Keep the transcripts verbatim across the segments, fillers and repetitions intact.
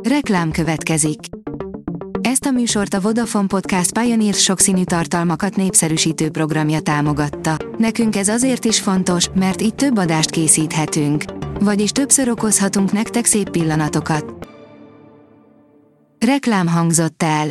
Reklám következik. Ezt a műsort a Vodafone Podcast Pioneer sokszínű tartalmakat népszerűsítő programja támogatta. Nekünk ez azért is fontos, mert így több adást készíthetünk. Vagyis többször okozhatunk nektek szép pillanatokat. Reklám hangzott el.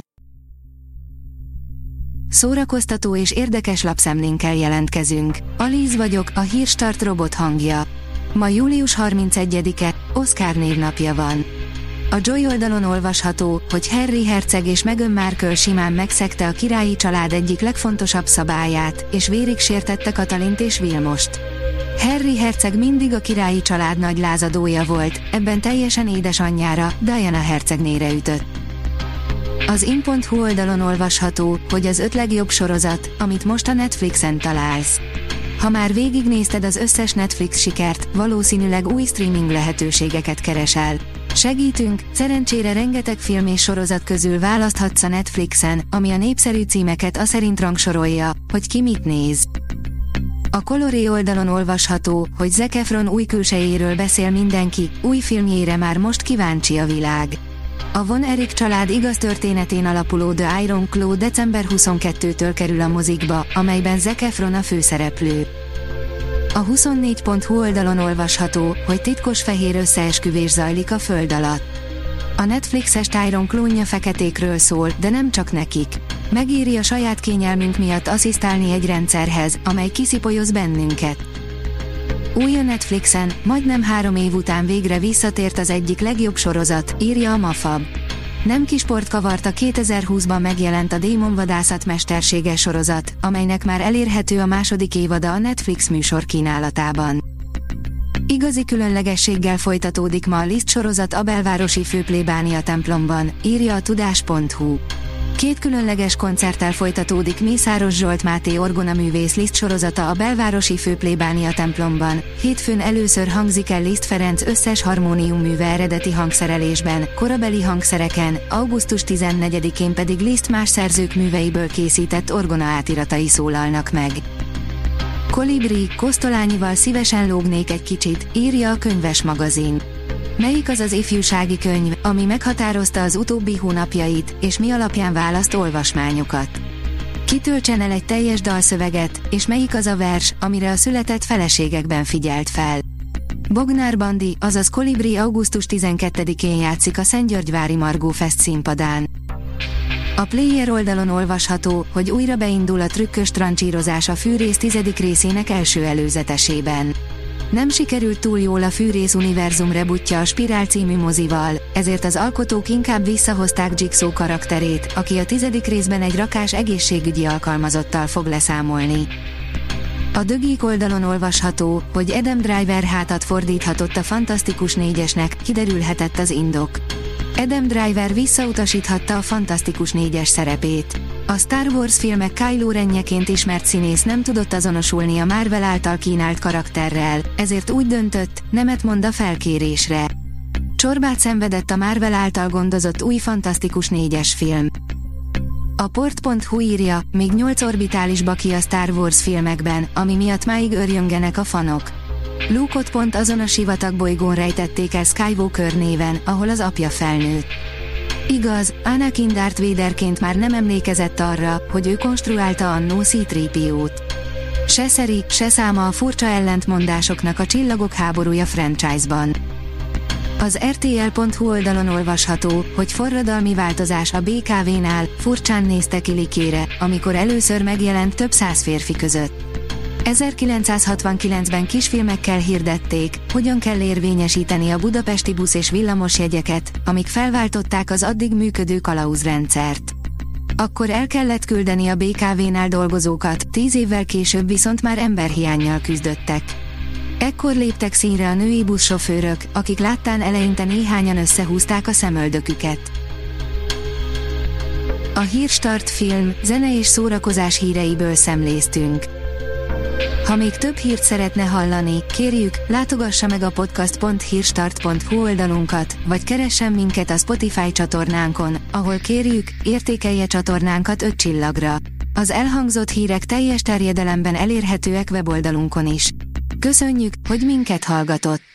Szórakoztató és érdekes lapszemlénkkel jelentkezünk. Alíz vagyok, a Hírstart robot hangja. Ma július harmincegyedike, Oscar névnapja van. A Joy oldalon olvasható, hogy Harry herceg és Meghan Markle simán megszegte a királyi család egyik legfontosabb szabályát, és vérig sértette Katalint és Vilmost. Harry herceg mindig a királyi család nagy lázadója volt, ebben teljesen édesanyjára, Diana hercegnére ütött. Az in pont hu oldalon olvasható, hogy az öt legjobb sorozat, amit most a Netflixen találsz. Ha már végignézted az összes Netflix sikert, valószínűleg új streaming lehetőségeket keresel. Segítünk, szerencsére rengeteg film és sorozat közül választhatsz a Netflixen, ami a népszerű címeket aszerint rangsorolja, hogy ki mit néz. A Coloré oldalon olvasható, hogy Zac Efron új külsejéről beszél mindenki, új filmjére már most kíváncsi a világ. A Von Erich család igaz történetén alapuló The Iron Claw december huszonkettedikétől kerül a mozikba, amelyben Zac Efron a főszereplő. A huszonnégy pont hu oldalon olvasható, hogy titkos fehér összeesküvés zajlik a föld alatt. A Netflixes Tyrone klónja feketékről szól, de nem csak nekik. Megéri a saját kényelmünk miatt asszisztálni egy rendszerhez, amely kiszipolyoz bennünket. Új a Netflixen, majdnem három év után végre visszatért az egyik legjobb sorozat, írja a Mafab. Nem kisport kavart a kétezer-húszban megjelent a Démonvadászat mesterséges sorozat, amelynek már elérhető a második évada a Netflix műsor kínálatában. Igazi különlegességgel folytatódik ma a Liszt sorozat a belvárosi főplébánia templomban, írja a tudás pont hu. Két különleges koncerttel folytatódik Mészáros Zsolt Máté orgonaművész Liszt sorozata a belvárosi főplébánia templomban. Hétfőn először hangzik el Liszt Ferenc összes harmóniumműve eredeti hangszerelésben, korabeli hangszereken, augusztus tizennegyedikén pedig Liszt más szerzők műveiből készített orgona átiratai szólalnak meg. Kolibri, Kosztolányival szívesen lógnék egy kicsit, írja a Könyves magazin. Melyik az az ifjúsági könyv, ami meghatározta az utóbbi hónapjait, és mi alapján választ olvasmányokat? Kitöltsen el egy teljes dalszöveget, és melyik az a vers, amire a született feleségekben figyelt fel? Bognár Bandi, azaz Kolibri augusztus tizenkettedikén játszik a Szentgyörgyvári Margó Fest színpadán. A Player oldalon olvasható, hogy újra beindul a trükkös trancsírozás a Fűrész tizedik részének első előzetesében. Nem sikerült túl jól a Fűrész univerzum rebootja a Spirál című mozival, ezért az alkotók inkább visszahozták Jigsaw karakterét, aki a tizedik részben egy rakás egészségügyi alkalmazottal fog leszámolni. A The Geek oldalon olvasható, hogy Adam Driver hátat fordíthatott a Fantasztikus négyesnek, kiderülhetett az indok. Adam Driver visszautasíthatta a Fantasztikus négyes szerepét. A Star Wars filmek Kylo Renjeként ismert színész nem tudott azonosulni a Marvel által kínált karakterrel, ezért úgy döntött, nemet mond a felkérésre. Csorbát szenvedett a Marvel által gondozott új Fantasztikus négyes film. A port pont hu írja, még nyolc orbitális baki a Star Wars filmekben, ami miatt máig örjöngenek a fanok. Luke-ot pont azon a sivatag bolygón rejtették el Skywalker néven, ahol az apja felnőtt. Igaz, Anakin Darth Vaderként már nem emlékezett arra, hogy ő konstruálta annó cé három pé ó-t. Se szeri, se száma a furcsa ellentmondásoknak a Csillagok háborúja franchise-ban. Az er té el pont hu oldalon olvasható, hogy forradalmi változás a bé ká vé-nál, furcsán néztek Ilikére, amikor először megjelent több száz férfi között. ezerkilencszázhatvankilencben kisfilmekkel hirdették, hogyan kell érvényesíteni a budapesti busz és villamos jegyeket, amik felváltották az addig működő kalauzrendszert. Akkor el kellett küldeni a bé ká vé-nál dolgozókat, tíz évvel később viszont már emberhiánnyal küzdöttek. Ekkor léptek színre a női buszsofőrök, akik láttán eleinte néhányan összehúzták a szemöldöküket. A Hírstart film, zene és szórakozás híreiből szemléztünk. Ha még több hírt szeretne hallani, kérjük, látogassa meg a podcast pont hírstart pont hu oldalunkat, vagy keressen minket a Spotify csatornánkon, ahol kérjük, értékelje csatornánkat öt csillagra. Az elhangzott hírek teljes terjedelemben elérhetőek weboldalunkon is. Köszönjük, hogy minket hallgatott!